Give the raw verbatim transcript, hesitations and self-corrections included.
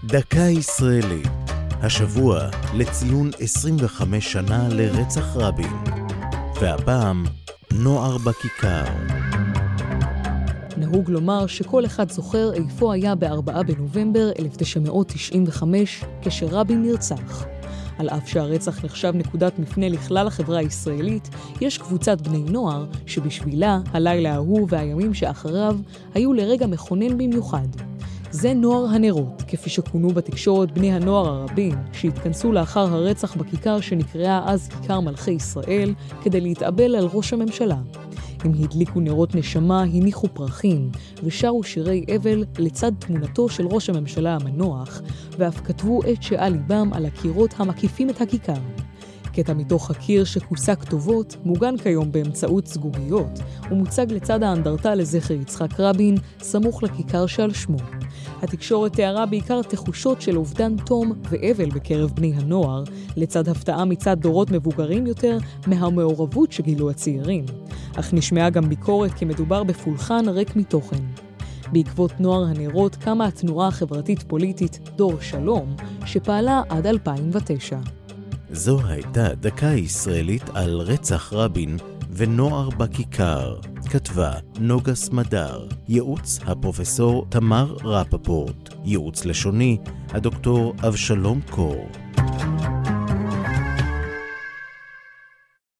דקה ישראלית, השבוע לציון עשרים וחמש שנה לרצח רבין, והפעם נוער בכיכר. נהוג לומר שכל אחד זוכר איפה היה בארבעה בנובמבר אלף תשע מאות תשעים וחמש כשרבין נרצח. על אף שהרצח נחשב נקודת מפנה לכלל החברה הישראלית, יש קבוצת בני נוער שבשבילה הלילה ההוא והימים שאחריו היו לרגע מכונן במיוחד. זה נוער הנרות, כפי שכונו בתקשורת בני הנוער הרבים, שהתכנסו לאחר הרצח בכיכר שנקראה אז כיכר מלכי ישראל, כדי להתאבל על ראש הממשלה. הם הדליקו נרות נשמה, הניחו פרחים, ושרו שירי אבל לצד תמונתו של ראש הממשלה המנוח, ואף כתבו את שעל ליבם על הקירות המקיפים את הכיכר. קטע מתוך הקיר שכוסה כתובות מוגן כיום באמצעות זגוגיות, ומוצג לצד האנדרטה לזכר יצחק רבין, סמוך לכיכר שעל שמו. התקשורת תיארה בעיקר תחושות של אובדן תום ואבל בקרב בני הנוער, לצד הפתעה מצד דורות מבוגרים יותר מהמעורבות שגילו הצעירים. אך נשמעה גם ביקורת כי מדובר בפולחן ריק מתוכן. בעקבות נוער הנרות קמה התנועה החברתית-פוליטית דור שלום, שפעלה עד אלפיים ותשע. זו הייתה דקה ישראלית על רצח רבין ונוער בכיכר. כתבה נוגה סמדר, ייעוץ הפרופסור תמר רפפורט, ייעוץ לשוני הדוקטור אבשלום קור.